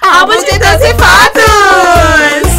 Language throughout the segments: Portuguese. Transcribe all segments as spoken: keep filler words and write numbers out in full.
Álbum de doze Fotos!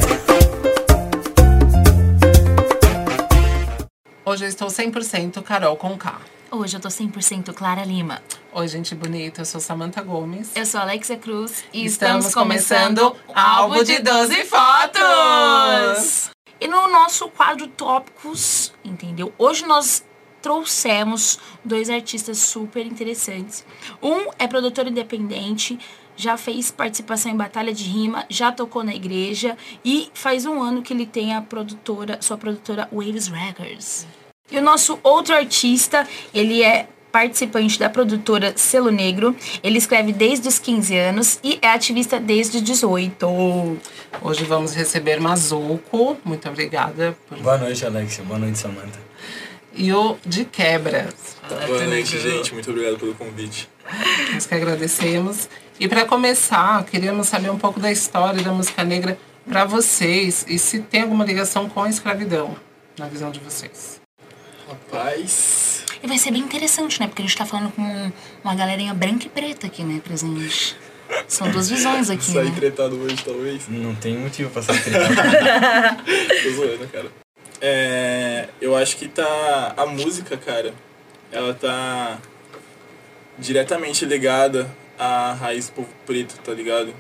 Hoje eu estou cem por cento Carol com K. Hoje eu tô cem por cento Clara Lima. Oi, gente bonita, eu sou Samantha Gomes. Eu sou Alexia Cruz e estamos, estamos começando começando Álbum de doze Fotos! E no nosso quadro Tópicos, entendeu? Hoje nós trouxemos dois artistas super interessantes. Um é produtor independente, já fez participação em batalha de rima, já tocou na igreja e faz um ano que ele tem a produtora, sua produtora Waves Records. E o nosso outro artista, ele é participante da produtora Selo Negro. Ele escreve desde os quinze anos e é ativista desde os dezoito. Hoje vamos receber Mazuco. Muito obrigada. Por... Boa noite, Alexia. Boa noite, Samantha. E o De Quebras. Boa noite, gente. Muito obrigado pelo convite. Nós que agradecemos. E para começar, queríamos saber um pouco da história da música negra para vocês e se tem alguma ligação com a escravidão, na visão de vocês. Rapaz... E vai ser bem interessante, né? Porque a gente tá falando com uma galerinha branca e preta aqui, né? Presente. São duas visões aqui, Sair né? tretado hoje, talvez. Não tem motivo pra sair tretado. Tô zoando, cara. É... Eu acho que tá... A música, cara, ela tá diretamente ligada à raiz do povo preto, tá ligado?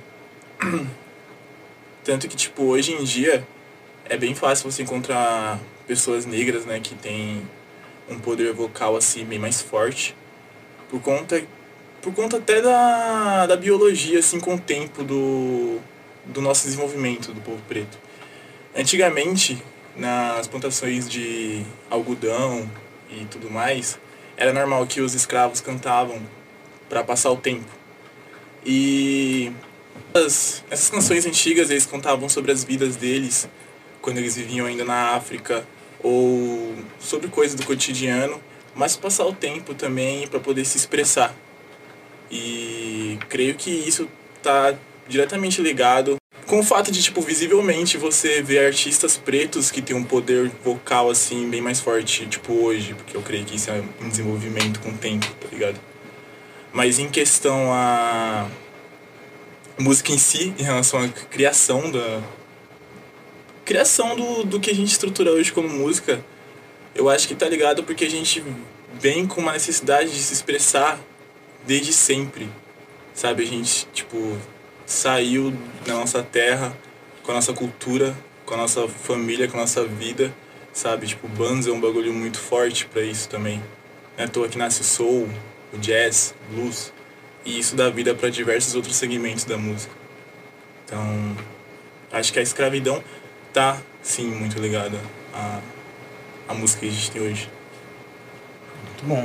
Tanto que, tipo, hoje em dia é bem fácil você encontrar pessoas negras, né, que tem um poder vocal assim bem mais forte por conta por conta até da, da biologia assim com o tempo do do nosso desenvolvimento do povo preto. Antigamente, nas plantações de algodão e tudo mais, era normal que os escravos cantavam para passar o tempo. E essas, essas canções antigas, eles contavam sobre as vidas deles quando eles viviam ainda na África, ou sobre coisas do cotidiano, mas passar o tempo também para poder se expressar. E creio que isso está diretamente ligado com o fato de, tipo, visivelmente você ver artistas pretos que têm um poder vocal, assim, bem mais forte, tipo, hoje, porque eu creio que isso é um desenvolvimento com o tempo, tá ligado? Mas em questão a música em si, em relação à criação da... criação do, do que a gente estrutura hoje como música, eu acho que tá ligado porque a gente vem com uma necessidade de se expressar desde sempre, sabe? A gente, tipo, saiu da nossa terra com a nossa cultura, com a nossa família, com a nossa vida, sabe? Tipo, bands é um bagulho muito forte pra isso também. Não é à toa que nasce o soul, o jazz, o blues, e isso dá vida pra diversos outros segmentos da música. Então, acho que a escravidão tá, sim, muito ligada à, à música que a gente tem hoje. Muito bom.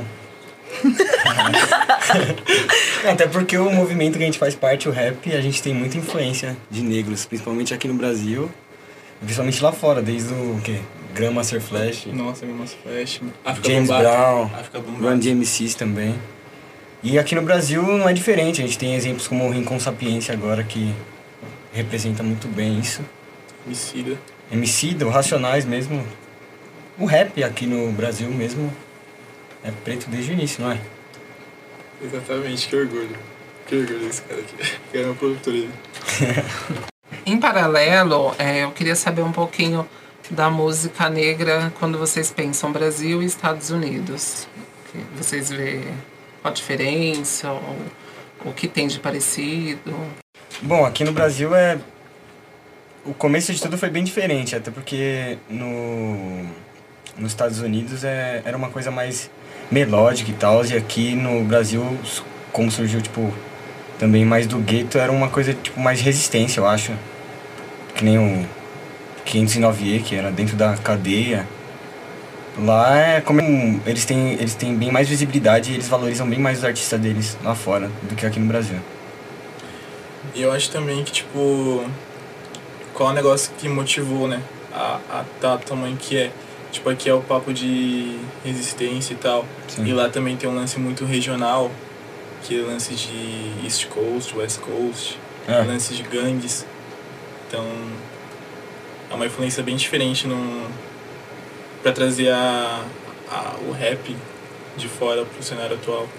Até porque o movimento que a gente faz parte, o rap, a gente tem muita influência de negros, principalmente aqui no Brasil, principalmente lá fora, desde o quê? Grandmaster Flash. Nossa, Grandmaster Flash. África James Bambaataa. Brown, África Bambaataa. Run D M Cs também. E aqui no Brasil não é diferente, a gente tem exemplos como o Rincon Sapiência agora, que representa muito bem isso. Emicida. Emicida, o Racionais mesmo. O rap aqui no Brasil mesmo é preto desde o início, não é? Exatamente, que orgulho. Que orgulho desse cara aqui. Que é meu produtor aí. Em paralelo, é, eu queria saber um pouquinho da música negra quando vocês pensam Brasil e Estados Unidos. Que vocês vê a diferença, ou o que tem de parecido? Bom, aqui no Brasil é... O começo de tudo foi bem diferente, até porque no... nos Estados Unidos é... era uma coisa mais melódica e tal, e aqui no Brasil, como surgiu, tipo, também mais do gueto, era uma coisa, tipo, mais resistência, eu acho. Que nem o quinhentos e nove E, que era dentro da cadeia. Lá é como eles têm, eles têm bem mais visibilidade e eles valorizam bem mais os artistas deles lá fora do que aqui no Brasil. E eu acho também que, tipo, qual é o negócio que motivou, né, a, a tá do tamanho que é. Tipo, aqui é o papo de resistência e tal. Sim. E lá também tem um lance muito regional, que é o lance de East Coast, West Coast, é. lance de gangues. Então, é uma influência bem diferente no, pra trazer a, a, o rap de fora pro cenário atual.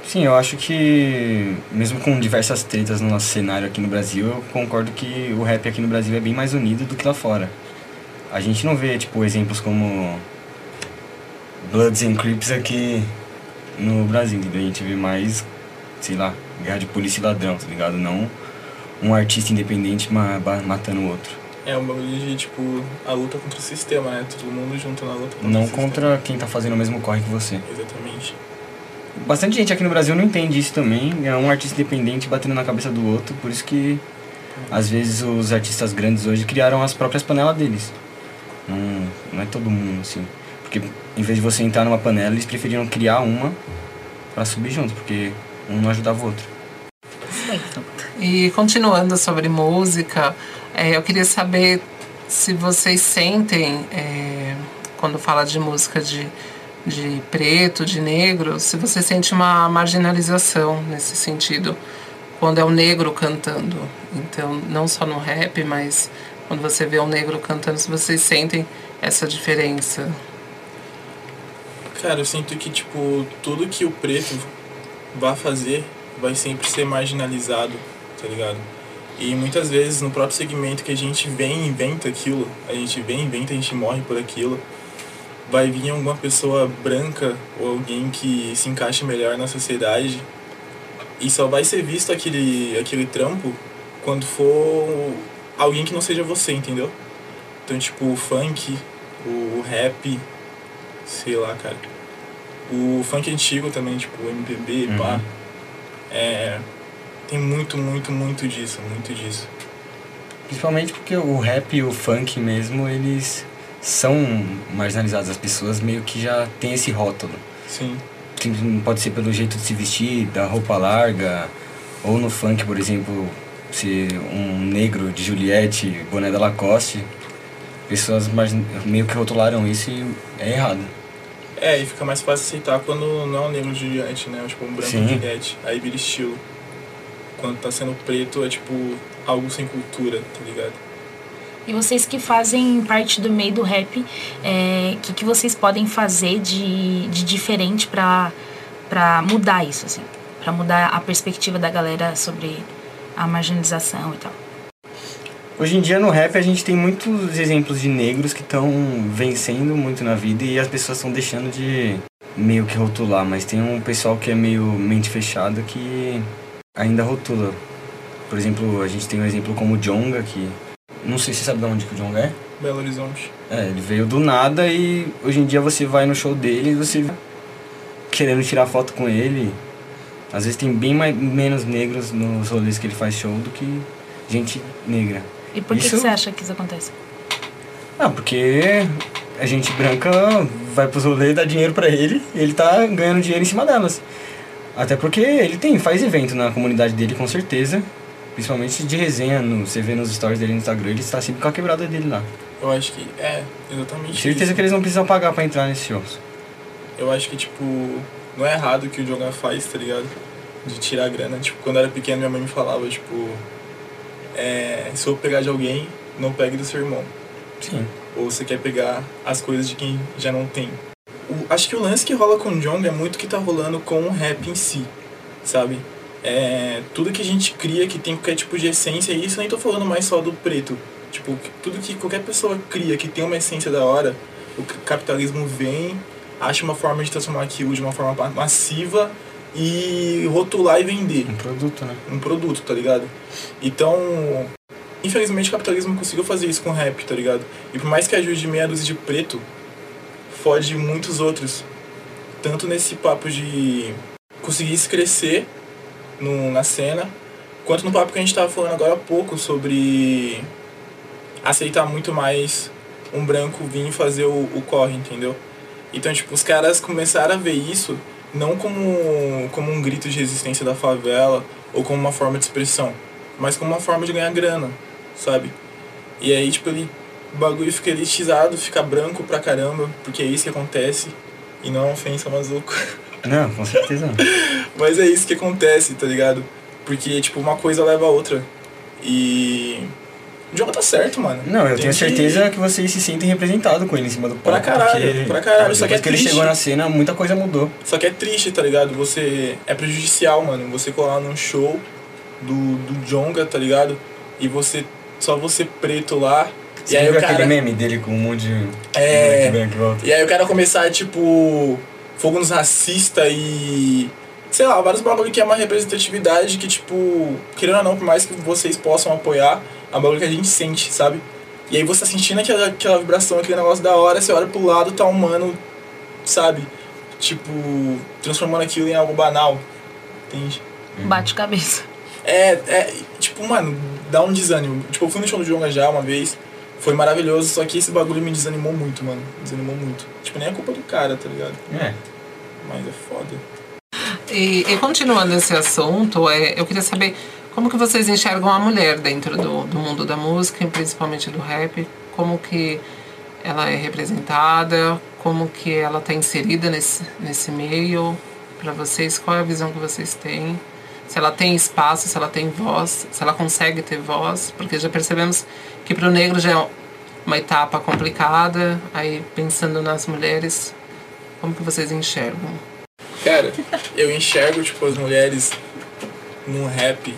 Sim, eu acho que, mesmo com diversas tretas no nosso cenário aqui no Brasil, eu concordo que o rap aqui no Brasil é bem mais unido do que lá fora. A gente não vê, tipo, exemplos como Bloods and Crips aqui no Brasil, entendeu? A gente vê mais, sei lá, guerra de polícia e ladrão, tá ligado? Não um artista independente ma- ba- matando o outro. É um bagulho de, tipo, a luta contra o sistema, né? Todo mundo junto na luta contra Não o sistema. contra quem tá fazendo o mesmo corre que você. Exatamente. Bastante gente aqui no Brasil não entende isso também. É um artista independente batendo na cabeça do outro, por isso que às vezes os artistas grandes hoje criaram as próprias panelas deles. Não, não é todo mundo assim. Porque em vez de você entrar numa panela, eles preferiram criar uma pra subir junto, porque um não ajudava o outro. E continuando sobre música, é, eu queria saber se vocês sentem, é, quando fala de música de, de preto, de negro, se você sente uma marginalização nesse sentido, quando é o negro cantando. Então, não só no rap, mas quando você vê um negro cantando, se vocês sentem essa diferença. Cara, eu sinto que, tipo, tudo que o preto vai fazer vai sempre ser marginalizado, tá ligado? E muitas vezes no próprio segmento que a gente vem e inventa aquilo, a gente vem e inventa, a gente morre por aquilo, vai vir alguma pessoa branca ou alguém que se encaixe melhor na sociedade e só vai ser visto aquele, aquele trampo quando for alguém que não seja você, entendeu? Então, tipo, o funk, o rap, sei lá, cara. O funk antigo também, tipo, o M P B, Uhum. pá. É, tem muito, muito, muito disso, muito disso. Principalmente porque o rap e o funk mesmo, eles são marginalizados. As pessoas meio que já têm esse rótulo. Sim. Tem- Pode ser pelo jeito de se vestir, da roupa larga, ou no funk, por exemplo, ser um negro de Juliette, boné da Lacoste. Pessoas margin- meio que rotularam isso e é errado. É, e fica mais fácil aceitar quando não é um negro de Juliette, né? Tipo, um branco Sim. de Juliette. Aí vira estilo. Quando tá sendo preto é tipo algo sem cultura, tá ligado? E vocês que fazem parte do meio do rap, o é, que, que vocês podem fazer de, de diferente pra, pra mudar isso, assim? Pra mudar a perspectiva da galera sobre a marginalização e tal. Hoje em dia no rap a gente tem muitos exemplos de negros que estão vencendo muito na vida e as pessoas estão deixando de meio que rotular, mas tem um pessoal que é meio mente fechada que ainda rotula. Por exemplo, a gente tem um exemplo como o Djonga, que não sei se você sabe de onde que o Djonga é. Belo Horizonte. É, ele veio do nada e hoje em dia você vai no show dele e você querendo tirar foto com ele. Às vezes tem bem mais, menos negros nos rolês que ele faz show do que gente negra. E por que, Isso- que você acha que isso acontece? Ah, porque a gente branca vai pros rolês, dá dinheiro pra ele e ele tá ganhando dinheiro em cima delas. Até porque ele tem, faz evento na comunidade dele com certeza. Principalmente de resenha, no, você vê nos stories dele no Instagram, ele está sempre com a quebrada dele lá. Eu acho que é exatamente Certeza isso. que eles não precisam pagar pra entrar nesses shows. Eu acho que, tipo, não é errado o que o Djonga faz, tá ligado? De tirar a grana. Tipo, quando eu era pequeno, minha mãe me falava, tipo... É, se eu pegar de alguém, não pegue do seu irmão. Sim. Ou você quer pegar as coisas de quem já não tem. O, acho que o lance que rola com o Djonga é muito o que tá rolando com o rap em si, sabe? É, tudo que a gente cria que tem qualquer tipo de essência, e isso nem tô falando mais só do preto. Tipo, tudo que qualquer pessoa cria que tem uma essência da hora, o capitalismo vem, acha uma forma de transformar aquilo de uma forma massiva e rotular e vender Um produto, né? um produto, tá ligado? Então, infelizmente o capitalismo conseguiu fazer isso com o rap, tá ligado? E por mais que ajude meia dúzia de preto, fode muitos outros. Tanto nesse papo de conseguir se crescer no, na cena, quanto no papo que a gente tava falando agora há pouco sobre aceitar muito mais um branco vir fazer o, o corre, entendeu? Então, tipo, os caras começaram a ver isso não como, como um grito de resistência da favela ou como uma forma de expressão, mas como uma forma de ganhar grana, sabe? E aí, tipo, ele, o bagulho fica elitizado, fica branco pra caramba, porque é isso que acontece, e não é uma ofensa, mazuco. Não, com certeza não. Mas é isso que acontece, tá ligado? Porque, tipo, uma coisa leva a outra. E O Djonga tá certo, mano. Não, eu Tem tenho que- certeza que vocês se sentem representados com ele em cima do palco. Pra caralho, porque pra caralho, só depois que é que ele triste. chegou na cena, muita coisa mudou. Só que é triste, tá ligado? Você... É prejudicial, mano. Você colar num show do, do Djonga, tá ligado? E você... Só você preto lá. Você e aí viu o cara... aquele meme dele com um monte de... É... moleque branco em volta? E aí o cara começar, tipo... Fogo nos racistas e... Sei lá, vários bagulho que é uma representatividade que, tipo... Querendo ou não, por mais que vocês possam apoiar, é um bagulho que a gente sente, sabe? E aí você tá sentindo aquela, aquela vibração, aquele negócio da hora, você olha pro lado, tá um mano, sabe? Tipo, transformando aquilo em algo banal. Entende? Bate cabeça. É, é, tipo, mano, dá um desânimo. Tipo, eu fui no show do Djonga já uma vez, foi maravilhoso, só que esse bagulho me desanimou muito, mano. Desanimou muito. Tipo, nem é culpa do cara, tá ligado? É. Mas é foda. E, e continuando esse assunto, é, eu queria saber como que vocês enxergam a mulher dentro do, do mundo da música, e principalmente do rap, como que ela é representada, como que ela está inserida nesse, nesse meio, para vocês, qual é a visão que vocês têm, se ela tem espaço, se ela tem voz, se ela consegue ter voz, porque já percebemos que para o negro já é uma etapa complicada, aí pensando nas mulheres, como que vocês enxergam? Cara, eu enxergo, tipo, as mulheres no rap,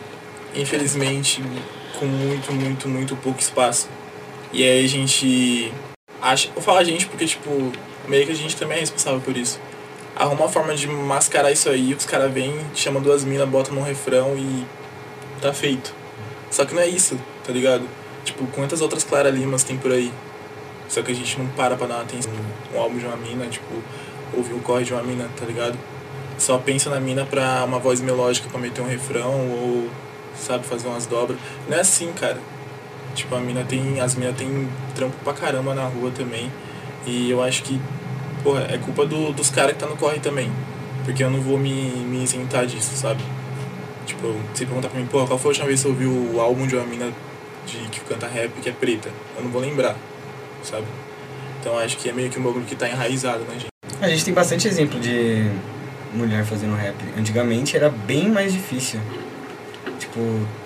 infelizmente, com muito, muito, muito pouco espaço. E aí a gente acha... Eu falo a gente porque, tipo, meio que a gente também é responsável por isso. Arruma uma forma de mascarar isso aí, os caras vêm, chamam duas minas, botam num refrão e tá feito. Só que não é isso, tá ligado? Tipo, quantas outras Clara Limas tem por aí? Só que a gente não para pra dar uma atenção. Um álbum de uma mina, tipo, ouvir o corre de uma mina, tá ligado? Só pensa na mina pra uma voz melódica pra meter um refrão ou, sabe, fazer umas dobras. Não é assim, cara. Tipo, a mina tem... As minas tem trampo pra caramba na rua também. E eu acho que, porra, é culpa do, dos caras que tá no corre também. Porque eu não vou me, me isentar disso, sabe? Tipo, você perguntar pra mim, porra, qual foi a última vez que você ouviu o álbum de uma mina de, que canta rap que é preta? Eu não vou lembrar, sabe? Então acho que é meio que um bagulho que tá enraizado na gente. A gente tem bastante exemplo de mulher fazendo rap. Antigamente era bem mais difícil. Tipo,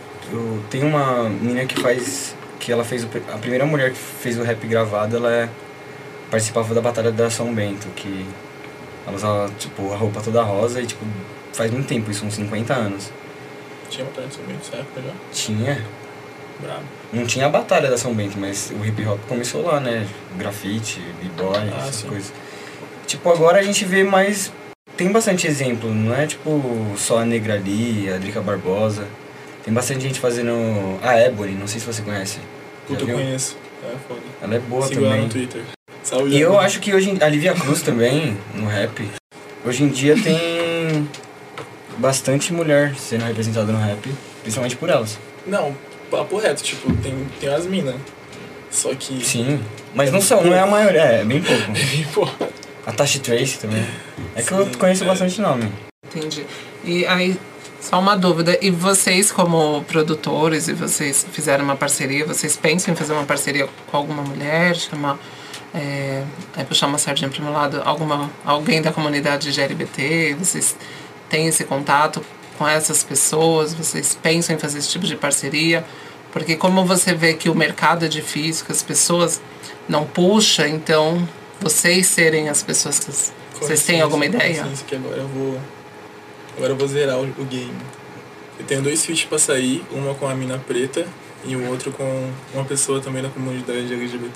eu tenho uma menina que faz... que ela fez... O, a primeira mulher que fez o rap gravado, ela é, participava da Batalha da São Bento, que ela usava, tipo, a roupa toda rosa e, tipo, faz muito tempo, isso, uns cinquenta anos. Tinha batalha de São Bento nessa época já? Tinha. Bravo. Não tinha a Batalha da São Bento, mas o hip hop começou lá, né? Grafite, b-boy, Ah, essas sim. coisas. Tipo, agora a gente vê mais... Tem bastante exemplo, não é tipo só a Negra ali, a Drica Barbosa. Tem bastante gente fazendo... A Ebony, não sei se você conhece. Já Puta, eu viu? conheço. É foda. Ela é boa Sigo ela também. no Twitter. Saúde. E eu acho que hoje... em- A Lívia Cruz também, no rap. Hoje em dia tem bastante mulher sendo representada no rap, principalmente por elas. Não, papo reto, tipo, tem, tem as minas. Só que... Sim, mas não são, não é a maioria, é bem pouco. Pô, A Tashi Trace também. É que Sim, eu conheço é. bastante nome. Entendi. E aí, só uma dúvida. E vocês, como produtores, e vocês fizeram uma parceria, vocês pensam em fazer uma parceria com alguma mulher, chamar, é, é, puxar uma sardinha para o meu lado, alguma, alguém da comunidade L G B T? Vocês têm esse contato com essas pessoas? Vocês pensam em fazer esse tipo de parceria? Porque como você vê que o mercado é difícil, que as pessoas não puxam, então vocês serem as pessoas que... Vocês têm alguma ideia? Consciência que agora eu vou... Agora eu vou zerar o, o game. Eu tenho dois feats pra sair, uma com a mina preta e o outro com uma pessoa também da comunidade L G B T.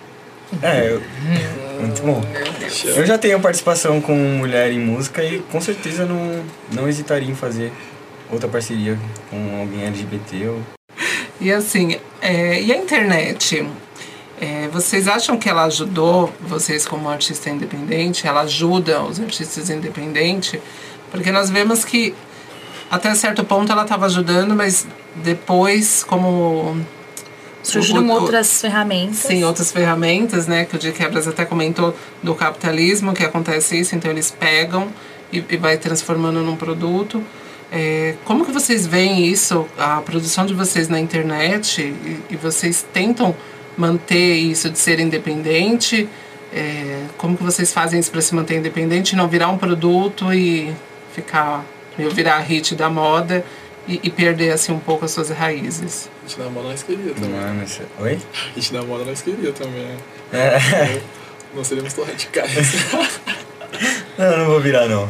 É, eu... muito bom. Eu já tenho participação com mulher em música e com certeza não, não hesitaria em fazer outra parceria com alguém L G B T. Ou... E assim, é, e a internet? É, vocês acham que ela ajudou vocês como artista independente? Ela ajuda os artistas independentes? Porque nós vemos que até certo ponto ela estava ajudando, mas depois, como... Surgiram o- o- outras ferramentas. Sim, outras ferramentas, né? Que o Di Quebras até comentou do capitalismo, que acontece isso, então eles pegam e, e vai transformando num produto. É, como que vocês veem isso, a produção de vocês na internet, e, e vocês tentam manter isso de ser independente? É, como que vocês fazem isso para se manter independente e não virar um produto e ficar, meio virar hit da moda e, e perder assim um pouco as suas raízes? Hit da moda nós queria também. Mano, isso... Oi? Hit da moda nós queria também. É. Não seríamos tão radicais. Não, não vou virar não.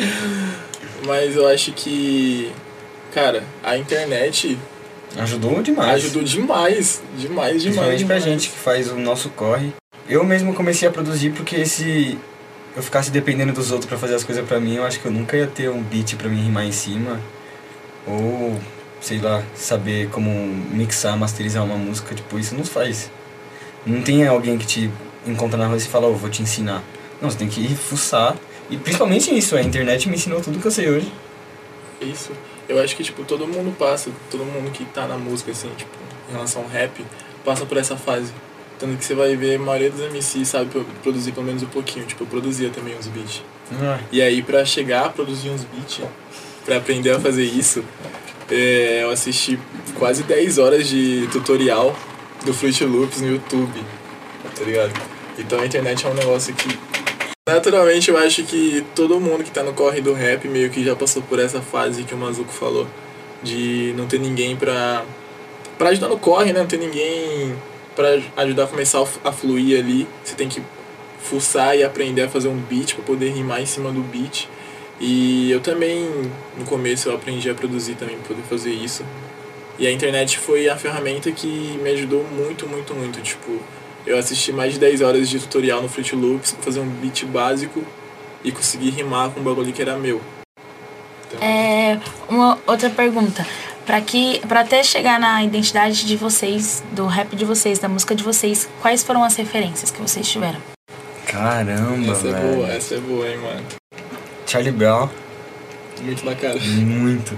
Mas eu acho que, cara, a internet Ajudou demais. ajudou demais. Demais, demais, Principalmente pra demais. gente que faz o nosso corre. Eu mesmo comecei a produzir porque se eu ficasse dependendo dos outros pra fazer as coisas pra mim, eu acho que eu nunca ia ter um beat pra mim rimar em cima. Ou, sei lá, saber como mixar, masterizar uma música, tipo, isso não faz. Não tem alguém que te encontra na rua e fala, oh, vou te ensinar. Não, você tem que ir fuçar. E principalmente isso, a internet me ensinou tudo que eu sei hoje. Isso. Eu acho que, tipo, todo mundo passa, todo mundo que tá na música, assim, tipo, em relação ao rap, passa por essa fase. Tanto que você vai ver, a maioria dos M Cs sabe produzir pelo menos um pouquinho. Tipo, eu produzia também uns beats. Ah. E aí, pra chegar a produzir uns beats, pra aprender a fazer isso, é, eu assisti quase dez horas de tutorial do Fruit Loops no YouTube, tá ligado? Então a internet é um negócio que... Naturalmente, eu acho que todo mundo que tá no corre do rap meio que já passou por essa fase que o Mazuco falou, de não ter ninguém pra, pra ajudar no corre, né? Não ter ninguém pra ajudar a começar a fluir ali. Você tem que fuçar e aprender a fazer um beat pra poder rimar em cima do beat. E eu também, no começo, eu aprendi a produzir também pra poder fazer isso. E a internet foi a ferramenta que me ajudou muito, muito, muito. Tipo, eu assisti mais de dez horas de tutorial no Fruit Loops pra fazer um beat básico e conseguir rimar com um bagulho que era meu. Então... É, uma outra pergunta. Pra, que, pra até chegar na identidade de vocês, do rap de vocês, da música de vocês, quais foram as referências que vocês tiveram? Caramba, essa velho. é boa, essa é boa, hein, mano. Charlie Brown. Muito na cara. Muito.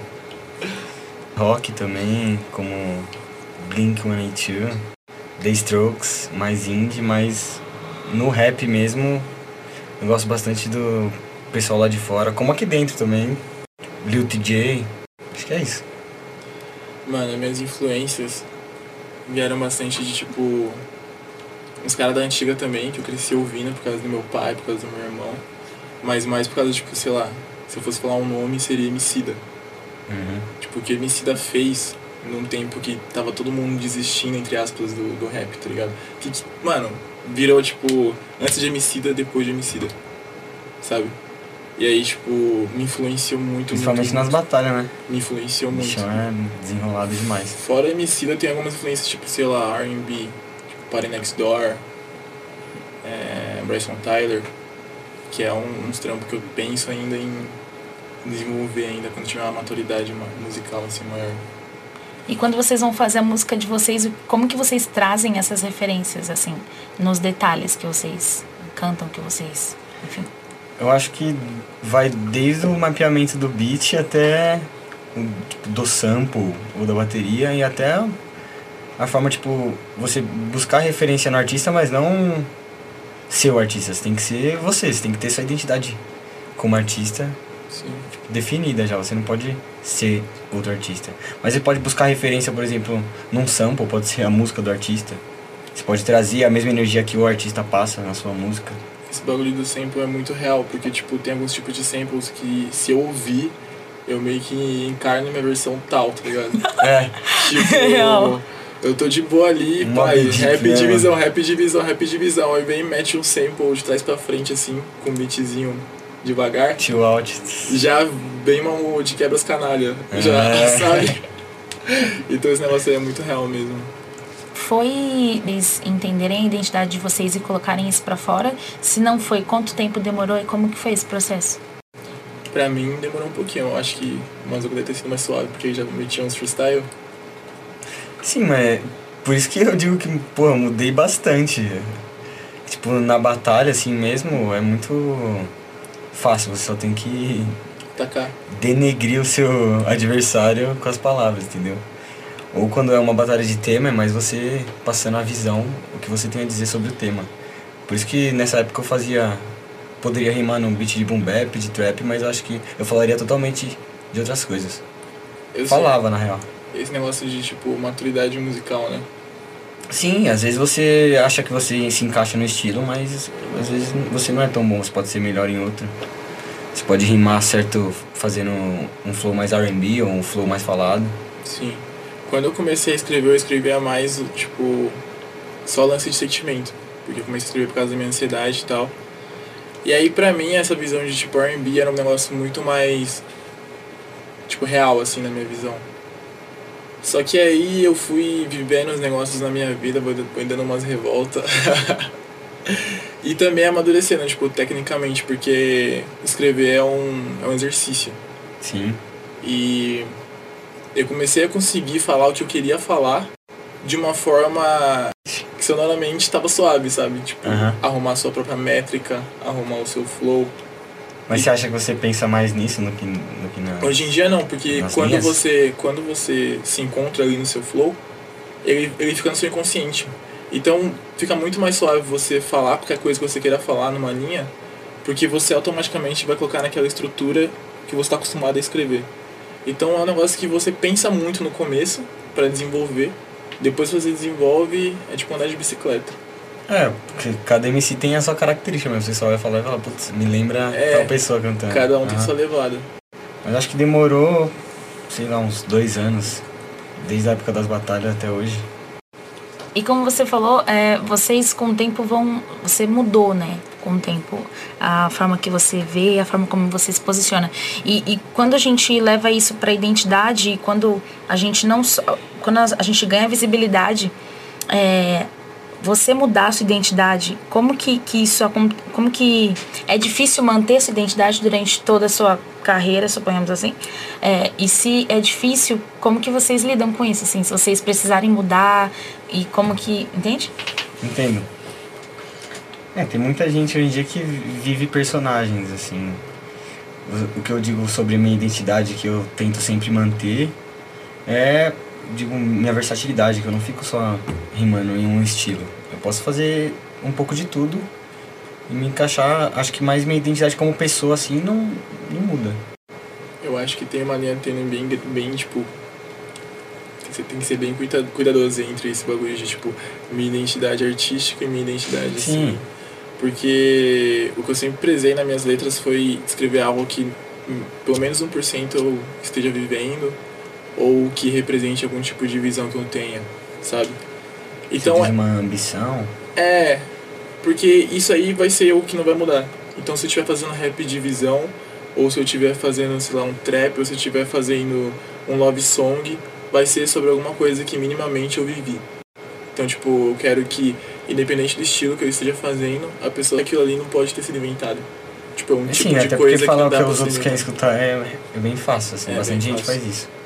Rock também, como Blink cento e oitenta e dois. The Strokes, mais indie, mas no rap mesmo eu gosto bastante do pessoal lá de fora, como aqui dentro também. Lil T J, acho que é isso. Mano, as minhas influências vieram bastante de, tipo, uns caras da antiga também, que eu cresci ouvindo por causa do meu pai, por causa do meu irmão. Mas mais por causa, tipo, sei lá, se eu fosse falar um nome, seria Emicida. Uhum. Tipo, o que Emicida fez num tempo que tava todo mundo desistindo, entre aspas, do, do rap, tá ligado? Que, mano, virou, tipo, antes de Emicida, depois de Emicida, sabe? E aí, tipo, me influenciou muito, Principalmente muito, nas muito. batalhas, né? Me influenciou O muito. bichão é desenrolado demais. Fora Emicida, tem algumas influências, tipo, sei lá, R and B, tipo, Party Next Door, é, Bryson Tyler, que é um, uns trampos que eu penso ainda em desenvolver ainda quando tiver uma maturidade musical assim maior. E quando vocês vão fazer a música de vocês, como que vocês trazem essas referências, assim, nos detalhes que vocês cantam, que vocês, enfim? Eu acho que vai desde o mapeamento do beat até o, tipo, do sample ou da bateria e até a forma, tipo, você buscar referência no artista, mas não ser o artista. Você tem que ser você, você tem que ter sua identidade como artista. Sim. Tipo, definida já, você não pode ser outro artista. Mas você pode buscar referência, por exemplo, num sample, pode ser a música do artista. Você pode trazer a mesma energia que o artista passa na sua música. Esse bagulho do sample é muito real, porque tipo, tem alguns tipos de samples que se eu ouvir, eu meio que encarno minha versão tal, tá ligado? É. Tipo, Real. eu tô de boa ali, Uma pai, beat, rap né, divisão, rap divisão, rap divisão. Aí vem e mete um sample de trás pra frente, assim, com um beatzinho devagar. Chill out. Já bem mal de quebra as canalha, já, É. sabe? Então esse negócio aí é muito real mesmo. Foi eles entenderem a identidade de vocês e colocarem isso pra fora? Se não foi, quanto tempo demorou e como que foi esse processo? Pra mim demorou um pouquinho, eu acho que o Mazuco deve ter sido mais suave, porque já metia uns freestyle. Sim, mas por isso que eu digo que, pô, eu mudei bastante. Tipo, na batalha, assim mesmo, é muito fácil, você só tem que Tacar. denegrir o seu adversário com as palavras, entendeu? Ou quando é uma batalha de tema, é mais você passando a visão, o que você tem a dizer sobre o tema. Por isso que nessa época eu fazia... Poderia rimar num beat de boom bap, de trap, mas eu acho que eu falaria totalmente de outras coisas. Eu Falava, na real. sei, esse negócio de, tipo, maturidade musical, né? Sim, às vezes você acha que você se encaixa no estilo, mas às vezes você não é tão bom, você pode ser melhor em outro. Você pode rimar certo fazendo um flow mais R and B ou um flow mais falado. Sim. Quando eu comecei a escrever, eu escrevia mais, tipo, só lance de sentimento. Porque eu comecei a escrever por causa da minha ansiedade e tal. E aí, pra mim, essa visão de, tipo, R and B era um negócio muito mais, tipo, real, assim, na minha visão. Só que aí eu fui vivendo os negócios na minha vida, foi dando umas revoltas. E também amadurecendo, tipo, tecnicamente, porque escrever é um, é um exercício. Sim. E eu comecei a conseguir falar o que eu queria falar de uma forma que sonoramente estava suave, sabe? Tipo, Uhum. arrumar a sua própria métrica, arrumar o seu flow. Mas você acha que você pensa mais nisso no que, no que na... Hoje em dia não, porque Nas quando linhas? você, quando você se encontra ali no seu flow, ele, ele fica no seu inconsciente. Então fica muito mais suave você falar qualquer coisa que você queira falar numa linha, porque você automaticamente vai colocar naquela estrutura que você está acostumado a escrever. Então é um negócio que você pensa muito no começo para desenvolver, depois que você desenvolve, é tipo andar de bicicleta. É, porque cada M C tem a sua característica mesmo. Você só vai falar e fala, putz, me lembra É, tal pessoa cantando. Cada um tem Aham. sua levada. Mas acho que demorou, sei lá, uns dois anos. Desde a época das batalhas até hoje. E como você falou, é, vocês com o tempo vão... Você mudou, né? Com o tempo. A forma que você vê, a forma como você se posiciona. E, e quando a gente leva isso para a identidade, e quando a gente não só... Quando a gente ganha visibilidade, é, você mudar a sua identidade, como que, que isso... Como que é difícil manter sua identidade durante toda a sua carreira, suponhamos assim. É, e se é difícil, como que vocês lidam com isso, assim? Se vocês precisarem mudar e como que... Entende? Entendo. É, tem muita gente hoje em dia que vive personagens, assim. O que eu digo sobre minha identidade, que eu tento sempre manter, é, digo, minha versatilidade, que eu não fico só rimando em um estilo. Eu posso fazer um pouco de tudo e me encaixar. Acho que mais minha identidade como pessoa, assim, não, não muda. Eu acho que tem uma linha tênue bem, bem, tipo... Você tem que ser bem cuida- cuidadoso entre esse bagulho de, tipo, minha identidade artística e minha identidade, Sim. assim. Porque o que eu sempre prezei nas minhas letras foi escrever algo que hum, pelo menos um por cento eu esteja vivendo ou que represente algum tipo de visão que eu tenha, sabe? Então, Você diz uma ambição. é, porque isso aí vai ser o que não vai mudar. Então, se eu estiver fazendo rap de visão, ou se eu estiver fazendo, sei lá, um trap, ou se eu estiver fazendo um love song, vai ser sobre alguma coisa que minimamente eu vivi. Então, tipo, eu quero que, independente do estilo que eu esteja fazendo, a pessoa, aquilo ali não pode ter sido inventado. Tipo, é um Assim, tipo de até coisa porque que falar não o dá que pra os ser outros querem inventado. escutar é, é bem fácil, assim. É Bastante bem gente fácil. faz isso.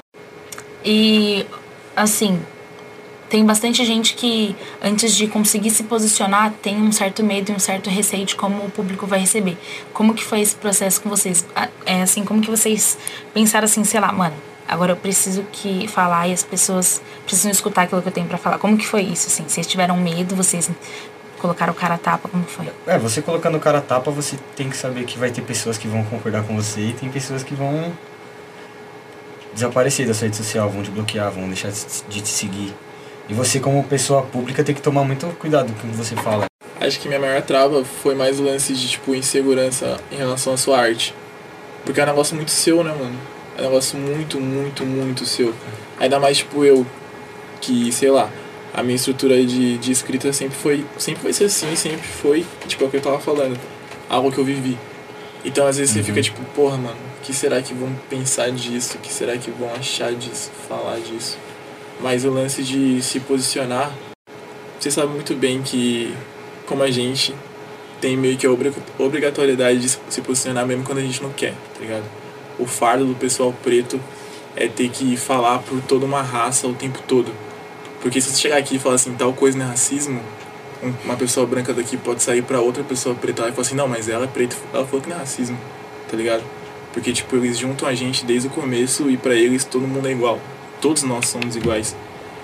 E, assim, tem bastante gente que, antes de conseguir se posicionar, tem um certo medo e um certo receio de como o público vai receber. Como que foi esse processo com vocês? É assim, como que vocês pensaram assim, sei lá, mano, agora eu preciso que falar e as pessoas precisam escutar aquilo que eu tenho pra falar. Como que foi isso, assim? Vocês tiveram medo, vocês colocaram o cara a tapa, como que foi? É, você colocando o cara a tapa, você tem que saber que vai ter pessoas que vão concordar com você e tem pessoas que vão desaparecer da sua rede social, vão te bloquear, vão deixar de te seguir. E você, como pessoa pública, tem que tomar muito cuidado com o que você fala. Acho que minha maior trava foi mais o lance de, tipo, insegurança em relação à sua arte. Porque é um negócio muito seu, né, mano? É um negócio muito, muito, muito seu. Ainda mais, tipo, eu, que, sei lá, a minha estrutura de, de escrita sempre foi, sempre vai ser assim, sempre foi, tipo, é o que eu tava falando, algo que eu vivi. Então, às vezes, Uhum. você fica tipo, porra, mano, o que será que vão pensar disso? O que será que vão achar disso? Falar disso? Mas o lance de se posicionar, você sabe muito bem que, como a gente, tem meio que a obri- obrigatoriedade de se posicionar mesmo quando a gente não quer, tá ligado? O fardo do pessoal preto é ter que falar por toda uma raça o tempo todo. Porque se você chegar aqui e falar assim, tal coisa não é racismo, um- uma pessoa branca daqui pode sair pra outra pessoa preta lá e falar assim, não, mas ela é preta, ela falou que não é racismo, tá ligado? Porque, tipo, eles juntam a gente desde o começo e pra eles todo mundo é igual. Todos nós somos iguais.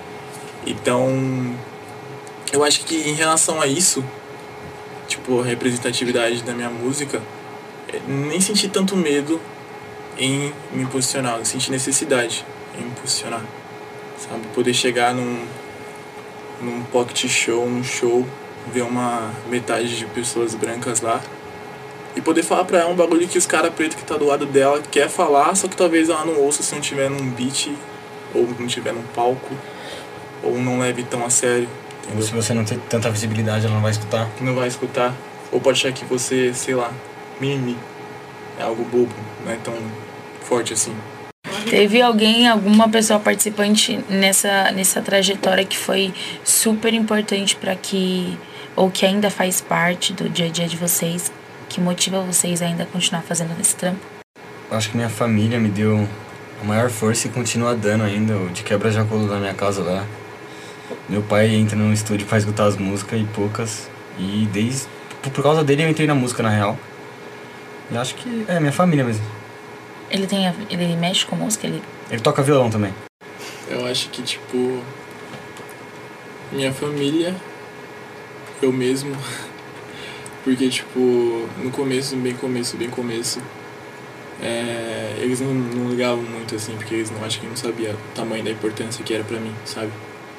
Então, eu acho que em relação a isso, tipo, a representatividade da minha música, eh, nem senti tanto medo em me posicionar, eu senti necessidade em me posicionar, sabe? Poder chegar num, num pocket show, num show, ver uma metade de pessoas brancas lá E poder falar pra ela um bagulho que os caras pretos que tá do lado dela quer falar, só que talvez ela não ouça se não tiver num beat, ou não tiver num palco, ou não leve tão a sério. Ou se você não tem tanta visibilidade, ela não vai escutar. Não vai escutar. Ou pode achar que você, sei lá, mimimi. É algo bobo, não é tão forte assim. Teve alguém, alguma pessoa participante nessa, nessa trajetória que foi super importante para que, ou que ainda faz parte do dia a dia de vocês, que motiva vocês ainda a continuar fazendo esse trampo? Acho que minha família me deu a maior força e continua dando ainda, o de quebra-jacolo na minha casa lá. Meu pai entra no estúdio pra escutar as músicas e poucas, e desde, por causa dele eu entrei na música na real. E acho que é minha família mesmo. Ele tem, a, ele mexe com música? Ele... ele toca violão também. Eu acho que, tipo, minha família, eu mesmo, porque, tipo, no começo, bem começo, bem começo, é, eles não, não ligavam muito, assim, porque eles não, acho que não sabiam o tamanho da importância que era pra mim, sabe?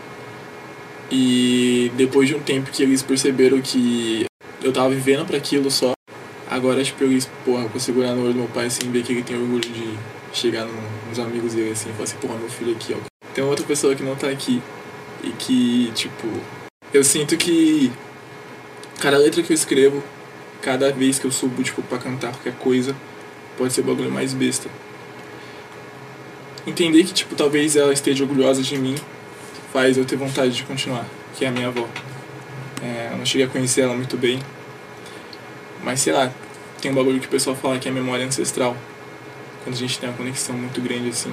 E depois de um tempo que eles perceberam que eu tava vivendo pra aquilo só, agora, tipo, eles, porra, eu consigo olhar no olho do meu pai, assim, ver que ele tem orgulho de chegar no, nos amigos dele, assim, e falar assim, porra, meu filho aqui, ó. Tem outra pessoa que não tá aqui e que, tipo, eu sinto que cada letra que eu escrevo, cada vez que eu subo, tipo, pra cantar qualquer coisa, pode ser o bagulho mais besta. Entender que, tipo, talvez ela esteja orgulhosa de mim faz eu ter vontade de continuar, que é a minha avó. É, eu não cheguei a conhecer ela muito bem, mas sei lá, tem um bagulho que o pessoal fala que é memória ancestral, quando a gente tem uma conexão muito grande assim.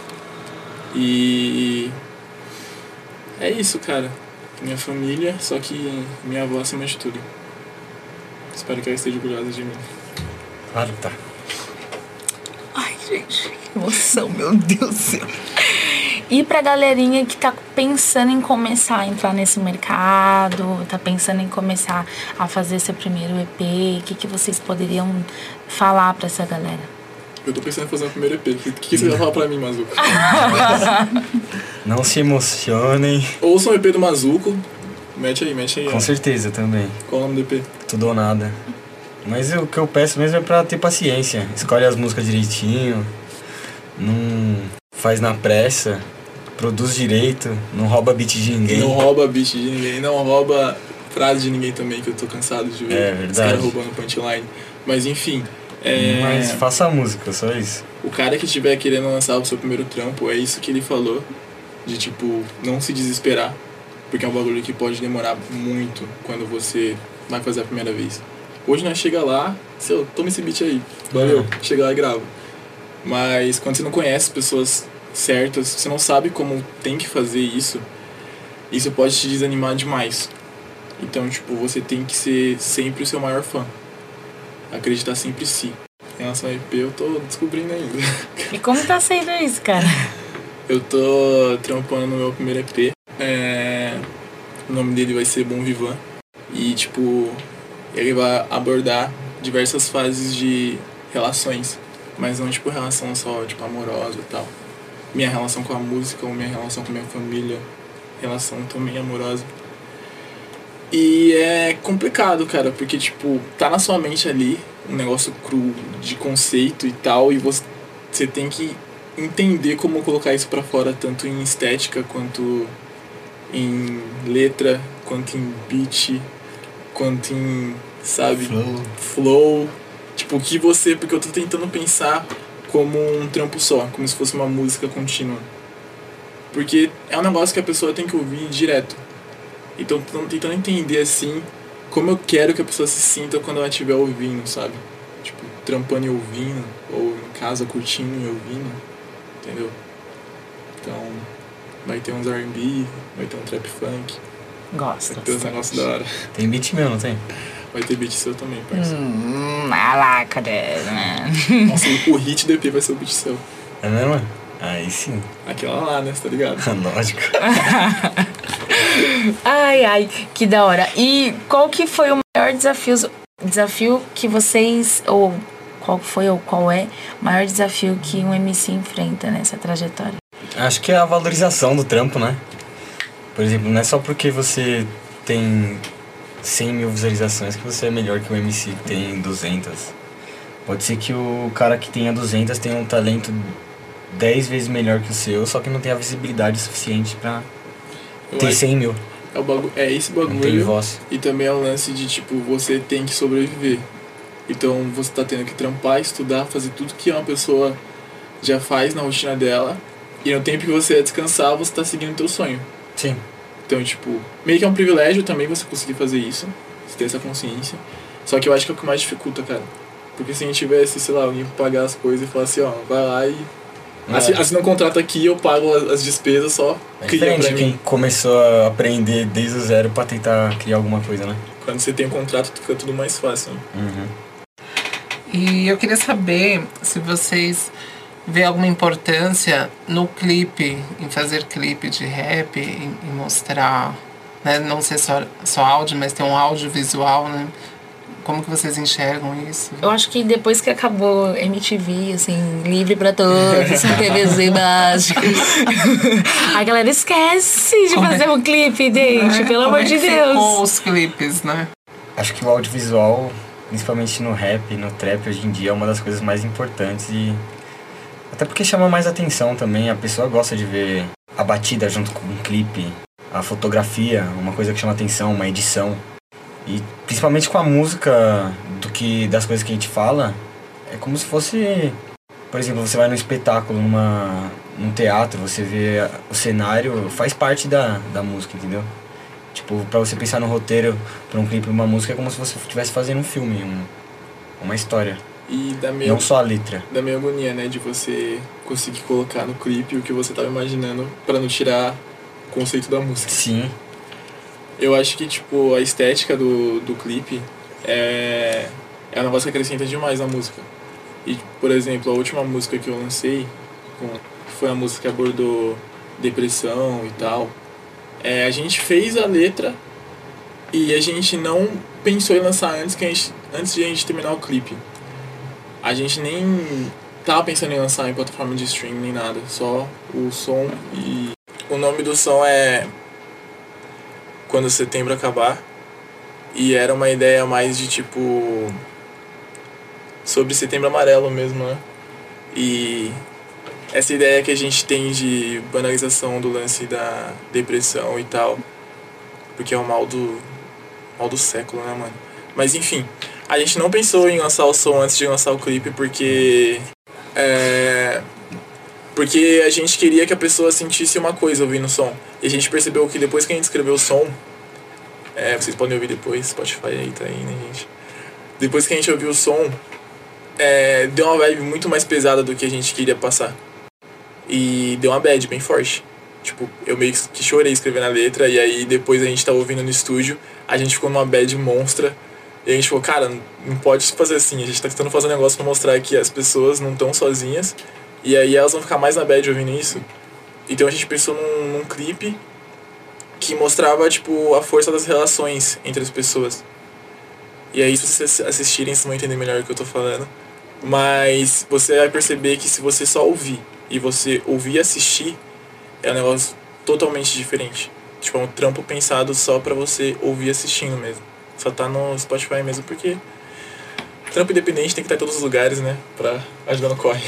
E é isso, cara. Minha família, só que minha avó acima de tudo. Espero que ela esteja orgulhosa de mim. Claro que tá. Ai, gente, que emoção, meu Deus do céu. E pra galerinha que tá pensando em começar a entrar nesse mercado, tá pensando em começar a fazer seu primeiro E P, o que, que vocês poderiam falar pra essa galera? Eu tô pensando em fazer o primeiro E P. O que, que você vai falar pra mim, Mazuco? Não se emocionem. Ouça um E P do Mazuco. Mete aí, mete aí. Com ó. certeza também. Qual o nome do E P? Tudo ou nada. Mas eu, o que eu peço mesmo é pra ter paciência. Escolhe as músicas direitinho. Não faz na pressa. Produz direito. Não rouba beat de ninguém. Não rouba beat de ninguém. Não rouba frase de ninguém também, que eu tô cansado de ver. É Os verdade. caras roubando punchline. Mas enfim. É... Mas faça a música, só isso. O cara que estiver querendo lançar o seu primeiro trampo, é isso que ele falou. De tipo, não se desesperar. Porque é um bagulho que pode demorar muito quando você vai fazer a primeira vez. Hoje nós chega lá, seu, toma esse beat aí. Valeu, chega lá e grava. Mas quando você não conhece as pessoas certas, você não sabe como tem que fazer isso, isso pode te desanimar demais. Então, tipo, você tem que ser sempre o seu maior fã. Acreditar sempre em si. Em relação ao E P, eu tô descobrindo ainda. E como tá sendo isso, cara? Eu tô trampando no meu primeiro E P. É... O nome dele vai ser Bom Vivan. E, tipo, ele vai abordar diversas fases de relações. Mas não, tipo, relação só, tipo, amorosa e tal. Minha relação com a música, ou minha relação com a minha família. Relação também amorosa. E é complicado, cara, porque, tipo, tá na sua mente ali um negócio cru de conceito e tal, e você, você tem que entender como colocar isso pra fora, tanto em estética, quanto em letra, quanto em beat, quanto em, sabe, Flow. flow. Tipo, o que você... Porque eu tô tentando pensar como um trampo só, como se fosse uma música contínua. Porque é um negócio que a pessoa tem que ouvir direto. Então, tô tentando entender, assim, como eu quero que a pessoa se sinta quando ela estiver ouvindo, sabe? Tipo, trampando e ouvindo, ou em casa curtindo e ouvindo, entendeu? Então, vai ter uns R and B, vai ter um trap funk, Gosto. vai ter uns negócios da hora. Tem beat meu, não tem? Vai ter beat seu também, parceiro. Hum, ah lá, cadê? Né? Nossa, o hit do E P vai ser o beat seu. É mesmo? Aí sim. Aquela lá, né? Você tá ligado? Lógico. Ai, ai, que da hora. E qual que foi o maior desafio, desafio que vocês, ou qual foi ou qual é o maior desafio que um M C enfrenta nessa trajetória? Acho que é a valorização do trampo, né? Por exemplo, não é só porque você tem cem mil visualizações que você é melhor que o M C que tem duzentas. Pode ser que o cara que tenha duzentas tenha um talento dez vezes melhor que o seu, só que não tem a visibilidade suficiente pra Eu ter acho- cem mil. É, o bagu... é esse Não tem bagulho. voz. E também é o lance de, tipo, você tem que sobreviver. Então você tá tendo que trampar, estudar, fazer tudo que uma pessoa já faz na rotina dela. E no tempo que você ia descansar, você tá seguindo o teu sonho. Sim. Então, tipo, meio que é um privilégio também você conseguir fazer isso. Você ter essa consciência. Só que eu acho que é o que mais dificulta, cara. Porque se a gente tivesse, sei lá, alguém pra pagar as coisas e falar assim, ó, vai lá e... É. Assi- Assina um contrato aqui, eu pago as, as despesas, só É cria diferente pra de mim. quem começou a aprender desde o zero pra tentar criar alguma coisa, né? Quando você tem um contrato, fica tudo mais fácil, né? Uhum. E eu queria saber se vocês vê alguma importância no clipe, em fazer clipe de rap, em, em mostrar, né, não ser só, só áudio, mas ter um audiovisual, né? Como que vocês enxergam isso? Eu acho que depois que acabou M T V, assim, livre pra todos, sem T V Z básico, a galera esquece de Como é- fazer um clipe, gente, É, pelo como amor é de que ficou Deus. os clipes, né? Acho que o audiovisual, principalmente no rap, no trap, hoje em dia é uma das coisas mais importantes e... Até porque chama mais atenção também, a pessoa gosta de ver a batida junto com um clipe, a fotografia, uma coisa que chama atenção, uma edição. E principalmente com a música do que, das coisas que a gente fala, é como se fosse... Por exemplo, você vai num espetáculo, numa, num teatro, você vê o cenário, faz parte da, da música, entendeu? Tipo, pra você pensar no roteiro pra um clipe, uma música, é como se você estivesse fazendo um filme, um, uma história. E dá meio, Não só a letra. dá meio agonia, né? De você conseguir colocar no clipe o que você tava imaginando pra não tirar o conceito da música. Sim. Eu acho que, tipo, a estética do, do clipe é, é um negócio que acrescenta demais na música. E, por exemplo, a última música que eu lancei, com, que foi a música que abordou depressão e tal, é, a gente fez a letra e a gente não pensou em lançar antes, que a gente, antes de a gente terminar o clipe. A gente nem tava pensando em lançar em plataforma de streaming nem nada, só o som e... O nome do som é Quando Setembro Acabar, e era uma ideia mais de tipo sobre Setembro Amarelo mesmo, né? E essa ideia que a gente tem de banalização do lance da depressão e tal, porque é o mal do mal do século, né, mano? Mas enfim, a gente não pensou em lançar o som antes de lançar o clipe porque é, porque a gente queria que a pessoa sentisse uma coisa ouvindo o som. E a gente percebeu que depois que a gente escreveu o som, é, vocês podem ouvir depois, Spotify aí tá aí, né, gente? Depois que a gente ouviu o som, é, deu uma vibe muito mais pesada do que a gente queria passar. E deu uma bad bem forte. Tipo, eu meio que chorei escrevendo a letra, e aí depois a gente tava ouvindo no estúdio, a gente ficou numa bad monstra. E a gente falou, cara, não pode fazer assim, a gente tá tentando fazer um negócio pra mostrar que as pessoas não estão sozinhas. E aí elas vão ficar mais na bad ouvindo isso. Então a gente pensou num, num clipe que mostrava, tipo, a força das relações entre as pessoas. E aí, se vocês assistirem, vocês vão entender melhor o que eu tô falando. Mas você vai perceber que se você só ouvir e você ouvir e assistir, é um negócio totalmente diferente. Tipo, é um trampo pensado só pra você ouvir assistindo mesmo. Só tá no Spotify mesmo porque trampo independente tem que estar em todos os lugares, né? Pra ajudar no corre.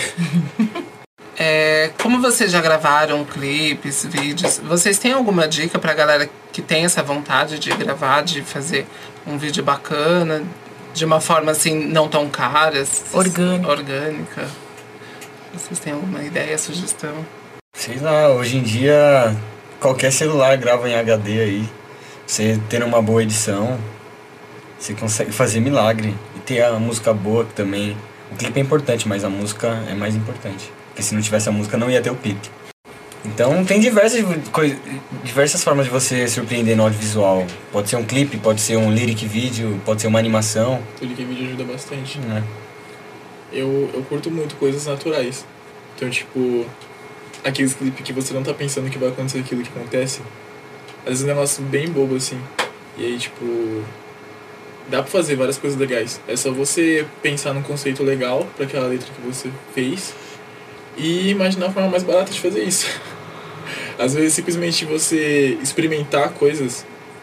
É, como vocês já gravaram clipes, vídeos, vocês têm alguma dica pra galera que tem essa vontade de gravar, de fazer um vídeo bacana, de uma forma assim, não tão cara? Orgânica. Orgânica. Vocês têm alguma ideia, sugestão? Sei lá, hoje em dia qualquer celular grava em H D aí. Você tendo uma boa edição, você consegue fazer milagre. E ter a música boa também. O clipe é importante, mas a música é mais importante. Porque se não tivesse a música, não ia ter o clipe. Então tem diversas, coi- diversas formas de você surpreender no audiovisual. Pode ser um clipe, pode ser um lyric video, pode ser uma animação. O link vídeo ajuda bastante. Né? Eu, eu curto muito coisas naturais. Então, tipo, aqueles clipes que você não tá pensando que vai acontecer aquilo que acontece. Às vezes é um negócio bem bobo, assim. E aí, tipo, dá pra fazer várias coisas legais. É só você pensar num conceito legal pra aquela letra que você fez e imaginar a forma mais barata de fazer isso. Às vezes, simplesmente você experimentar coisas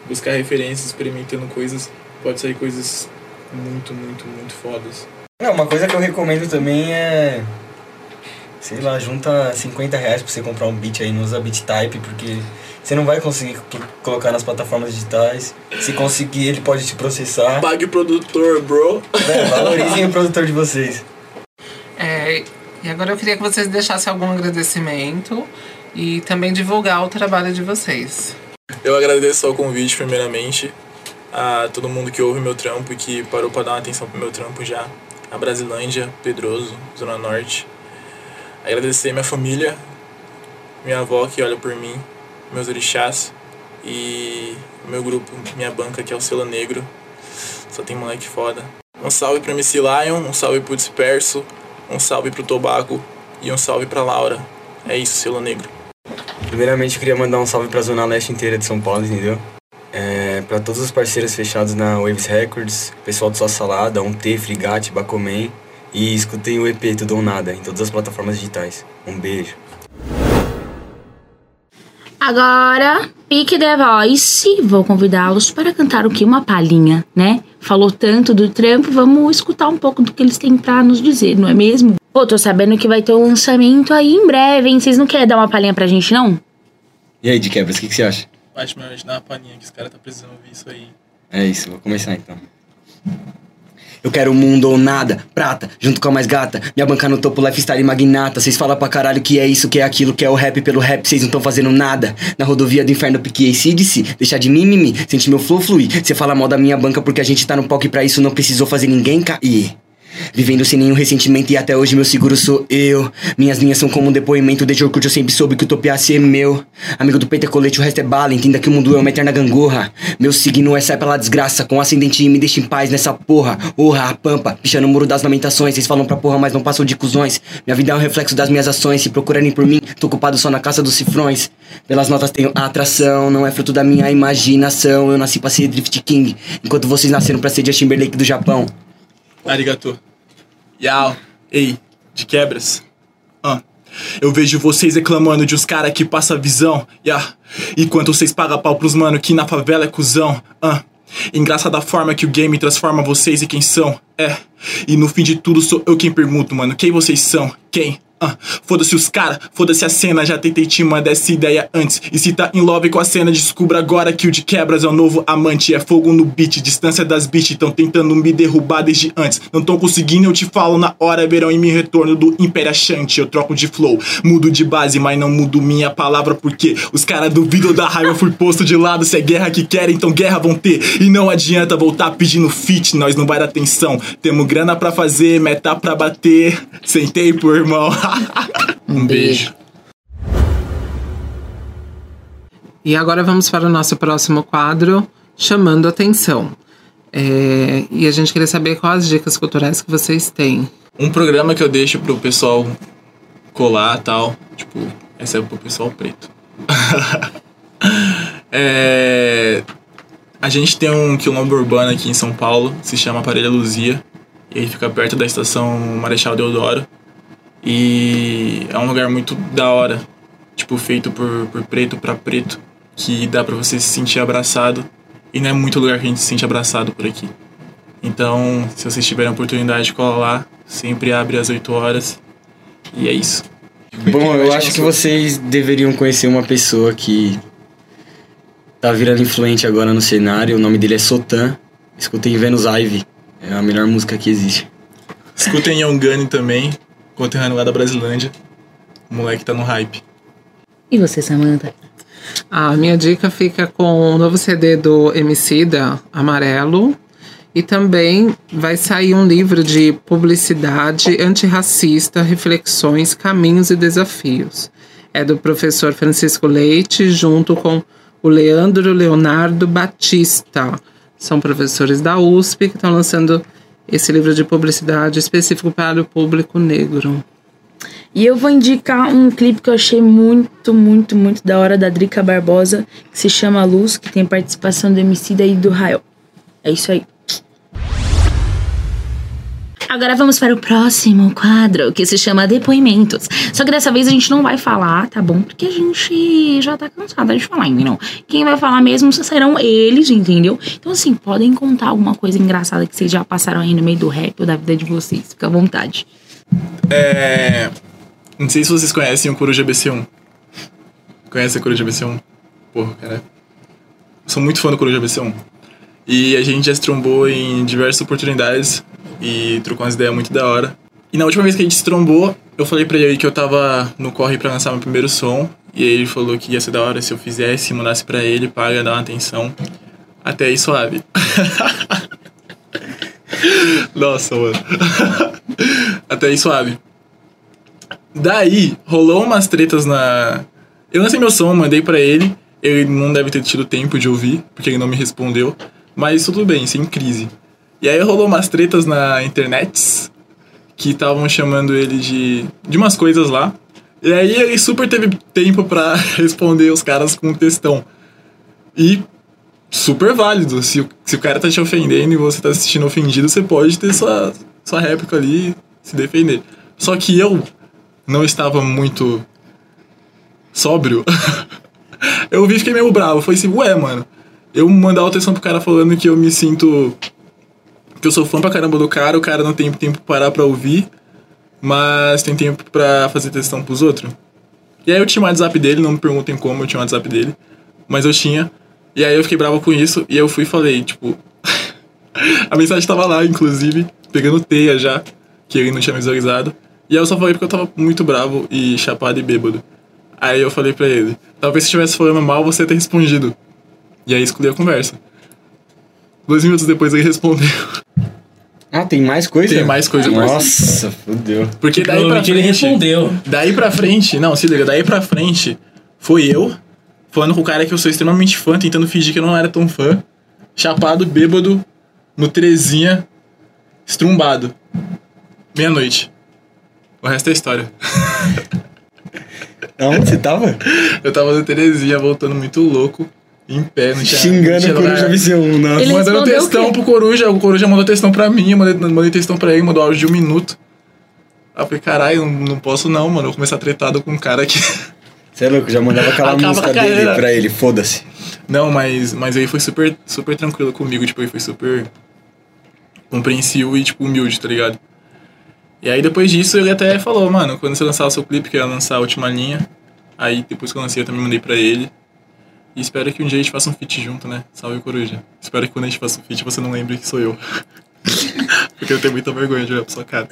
buscar referências, experimentando coisas, pode sair coisas muito, muito, muito fodas. Não, uma coisa que eu recomendo também é... Sei lá, junta cinquenta reais pra você comprar um beat aí, não usa BeatType, porque você não vai conseguir colocar nas plataformas digitais. Se conseguir, ele pode te processar. Pague o produtor, bro. É, valorizem o produtor de vocês. É, e agora eu queria que vocês deixassem algum agradecimento e também divulgar o trabalho de vocês. Eu agradeço o convite, primeiramente, a todo mundo que ouve meu trampo e que parou pra dar uma atenção pro meu trampo já. A Brasilândia, Pedroso, Zona Norte. Agradecer minha família, minha avó que olha por mim, meus orixás e meu grupo, minha banca, que é o Selo Negro. Só tem moleque foda. Um salve pra M C Lion, um salve pro Disperso, um salve pro Tobago e um salve pra Laura. É isso, Selo Negro. Primeiramente eu queria mandar um salve pra Zona Leste inteira de São Paulo, entendeu? É, pra todos os parceiros fechados na Waves Records, pessoal do Só Salada, um T, Frigate, Bacomen. E escutem o E P Tudo ou Nada em todas as plataformas digitais. Um beijo. Agora, Pique The Voice, vou convidá-los para cantar o que? Uma palhinha, né? Falou tanto do trampo, vamos escutar um pouco do que eles têm pra nos dizer, não é mesmo? Pô, tô sabendo que vai ter um lançamento aí em breve, hein? Vocês não querem dar uma palhinha pra gente, não? E aí, de quebras, o que, que você acha? Acho melhor a gente dar uma palhinha, que os caras tá precisando ouvir isso aí. É isso, vou começar então. Eu quero o mundo ou nada, prata, junto com a mais gata. Minha banca no topo, lifestyle magnata. Cês falam pra caralho que é isso, que é aquilo, que é o rap pelo rap, cês não tão fazendo nada. Na rodovia do inferno, pique A C D C. Deixar de mimimi, sente meu flow fluir. Cê fala mal da minha banca porque a gente tá no palco e pra isso não precisou fazer ninguém cair. Vivendo sem nenhum ressentimento e até hoje meu seguro sou eu. Minhas linhas são como um depoimento. Desde Orkut eu sempre soube que utopia é meu. Amigo do peito é colete, o resto é bala. Entenda que o mundo é uma eterna gangorra. Meu signo é sai pela desgraça. Com ascendente e me deixa em paz nessa porra. Orra, a pampa, picha no muro das lamentações. Vocês falam pra porra, mas não passam de cuzões. Minha vida é um reflexo das minhas ações. Se procurarem por mim, tô ocupado só na caça dos cifrões. Pelas notas tenho atração, não é fruto da minha imaginação. Eu nasci pra ser Drift King, enquanto vocês nasceram pra ser Justin Timberlake do Japão. Arigato. Yau, ei, de quebras. Uh. Eu vejo vocês reclamando de uns cara que passa visão. Yeah. Enquanto vocês pagam pau pros mano que na favela é cuzão. Uh. Engraçada a forma que o game transforma vocês em quem são. É. E no fim de tudo sou eu quem pergunto, mano, quem vocês são? Quem? Uh, foda-se os cara, foda-se a cena. Já tentei te mandar essa ideia antes. E se tá em love com a cena, descubra agora que o de quebras é o novo amante. É fogo no beat, distância das bitches. Tão tentando me derrubar desde antes. Não tão conseguindo, eu te falo na hora. Verão em mim retorno do Império Achante. Eu troco de flow, mudo de base, mas não mudo minha palavra. Porque os caras duvidam da raiva. Fui posto de lado, se é guerra que querem, então guerra vão ter. E não adianta voltar pedindo fit, nós não vai dar atenção. Temos grana pra fazer, meta pra bater. Sentei por irmão. Um beijo. E agora vamos para o nosso próximo quadro, Chamando Atenção. É, e a gente queria saber quais as dicas culturais que vocês têm. Um programa que eu deixo pro pessoal colar e tal, tipo, esse é pro pessoal preto. é, a gente tem um quilombo urbano aqui em São Paulo, se chama Parelha Luzia, e aí fica perto da estação Marechal Deodoro. E é um lugar muito da hora, tipo, feito por, por preto pra preto, que dá pra você se sentir abraçado. E não é muito lugar que a gente se sente abraçado por aqui. Então, se vocês tiverem a oportunidade, cola lá. Sempre abre às oito horas. E é isso. Bom, eu acho que vocês deveriam conhecer uma pessoa que tá virando influente agora no cenário. O nome dele é Sotan. Escutem Venus Ivy. É a melhor música que existe. Escutem Young Gunny também. Conterrâneo lá da Brasilândia. O moleque tá no hype. E você, Samantha? A minha dica fica com o novo C D do Emicida, Amarelo. E também vai sair um livro de publicidade antirracista, reflexões, caminhos e desafios. É do professor Francisco Leite, junto com o Leandro Leonardo Batista. São professores da U S P que estão lançando esse livro de publicidade específico para o público negro. E eu vou indicar um clipe que eu achei muito, muito, muito da hora, da Drica Barbosa, que se chama Luz, que tem participação do Emicida e do Rael. É isso aí. Agora vamos para o próximo quadro, que se chama Depoimentos. Só que dessa vez a gente não vai falar, tá bom? Porque a gente já tá cansada de falar, entendeu? Quem vai falar mesmo serão eles, entendeu? Então, assim, podem contar alguma coisa engraçada que vocês já passaram aí no meio do rap ou da vida de vocês. Fica à vontade. É... Não sei se vocês conhecem o Coruja B C um. Conhece a Coruja B C um? Porra, cara. Eu sou muito fã do Coruja B C um. E a gente já se trombou em diversas oportunidades e trocou umas ideias muito da hora. E na última vez que a gente se trombou, eu falei pra ele que eu tava no corre pra lançar meu primeiro som. E ele falou que ia ser da hora se eu fizesse, mandasse pra ele, paga, dar uma atenção. Até aí suave. Nossa, mano. Até aí suave. Daí, rolou umas tretas na... Eu lancei meu som, mandei pra ele. Ele não deve ter tido tempo de ouvir, porque ele não me respondeu. Mas tudo bem, sem crise. E aí rolou umas tretas na internet, que estavam chamando ele de, de umas coisas lá. E aí ele super teve tempo pra responder os caras com textão. E super válido. Se o, se o cara tá te ofendendo e você tá se sentindo ofendido, você pode ter sua, sua réplica ali e se defender. Só que eu não estava muito sóbrio. Eu vi e fiquei meio bravo. Falei assim, ué, mano, eu mandar o textão pro cara falando que eu me sinto... que eu sou fã pra caramba do cara, o cara não tem tempo pra parar pra ouvir, mas tem tempo pra fazer textão pros outros. E aí eu tinha o WhatsApp dele, não me perguntem como eu tinha o WhatsApp dele, mas eu tinha. E aí eu fiquei bravo com isso, e eu fui e falei, tipo... a mensagem tava lá, inclusive, pegando teia já, que ele não tinha visualizado. E aí eu só falei porque eu tava muito bravo e chapado e bêbado. Aí eu falei pra ele, talvez se estivesse falando mal, você ia ter respondido. E aí excluí a conversa. Dois minutos depois ele respondeu. Ah, tem mais coisa? Tem mais coisa. Nossa, fodeu. Porque daí pra frente... ele respondeu. Daí pra frente... Não, se liga. Daí pra frente, foi eu falando com o cara que eu sou extremamente fã, tentando fingir que eu não era tão fã. Chapado, bêbado, no Terezinha, estrumbado. Meia-noite. O resto é história. Aonde você tava? Eu tava no Terezinha, voltando muito louco. Em pé, não tinha... Xingando o Coruja B C um, nossa. Ele Mandando respondeu textão o quê? pro Coruja. O Coruja mandou textão pra mim, eu mandei, mandei textão pra ele, mandou áudio de um minuto. Aí eu falei, caralho, não, não posso não, mano. Eu vou começar tretado com um cara que... Você é louco, já mandava aquela Acaba música a dele carreira. pra ele, foda-se. Não, mas, mas ele foi super, super tranquilo comigo, tipo, ele foi super compreensivo e, tipo, humilde, tá ligado? E aí, depois disso, ele até falou, mano, quando você lançar o seu clipe, que eu ia lançar a última linha, aí, depois que eu lancei, eu também mandei pra ele. E espero que um dia a gente faça um feat junto, né? Salve, Coruja. Espero que quando a gente faça um feat, você não lembre que sou eu. Porque eu tenho muita vergonha de olhar pra sua cara.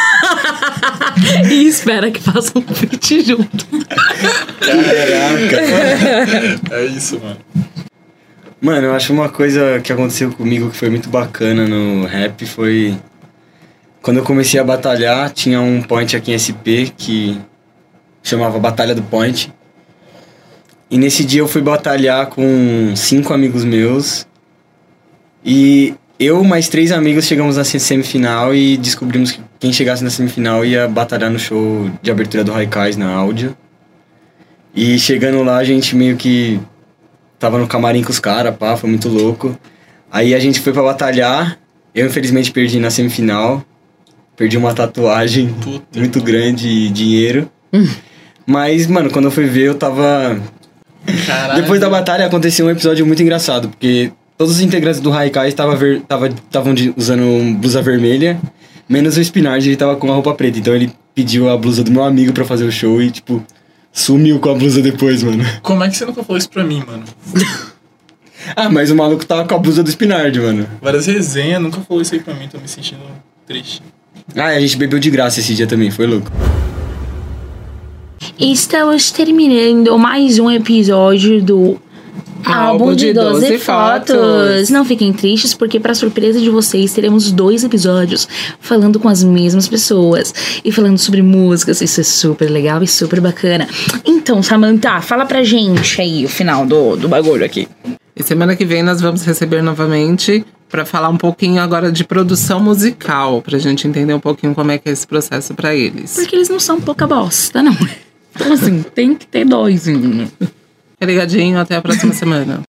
E espera que faça um feat junto. Caraca. É isso, mano. Mano, eu acho uma coisa que aconteceu comigo que foi muito bacana no rap foi... Quando eu comecei a batalhar, tinha um point aqui em S P que chamava Batalha do Point. E nesse dia eu fui batalhar com cinco amigos meus. E eu mais três amigos chegamos na semifinal e descobrimos que quem chegasse na semifinal ia batalhar no show de abertura do Haikais na áudio. E chegando lá, a gente meio que tava no camarim com os caras, pá, foi muito louco. Aí a gente foi pra batalhar. Eu infelizmente perdi na semifinal. Perdi uma tatuagem Puta muito grande e dinheiro. Mas, mano, quando eu fui ver, eu tava... Caralho. Depois da batalha aconteceu um episódio muito engraçado, porque todos os integrantes do Haikai estavam ver, usando blusa vermelha, menos o Spinard, ele tava com a roupa preta. Então ele pediu a blusa do meu amigo pra fazer o show e, tipo, sumiu com a blusa depois, mano. Como é que você nunca falou isso pra mim, mano? Ah, mas o maluco tava com a blusa do Spinard, mano. Várias resenhas, nunca falou isso aí pra mim, tô me sentindo triste. Ah, a gente bebeu de graça esse dia também, foi louco. Estamos terminando mais um episódio do Álbum de doze fotos. Não fiquem tristes, porque para surpresa de vocês, teremos dois episódios falando com as mesmas pessoas e falando sobre músicas. Isso é super legal e super bacana. Então, Samantha, fala pra gente aí o final do, do bagulho aqui. E semana que vem nós vamos receber novamente para falar um pouquinho agora de produção musical, pra gente entender um pouquinho como é que é esse processo pra eles. Porque eles não são pouca bosta, não. Então, assim, tem que ter dois. Fica ligadinho, até a próxima semana.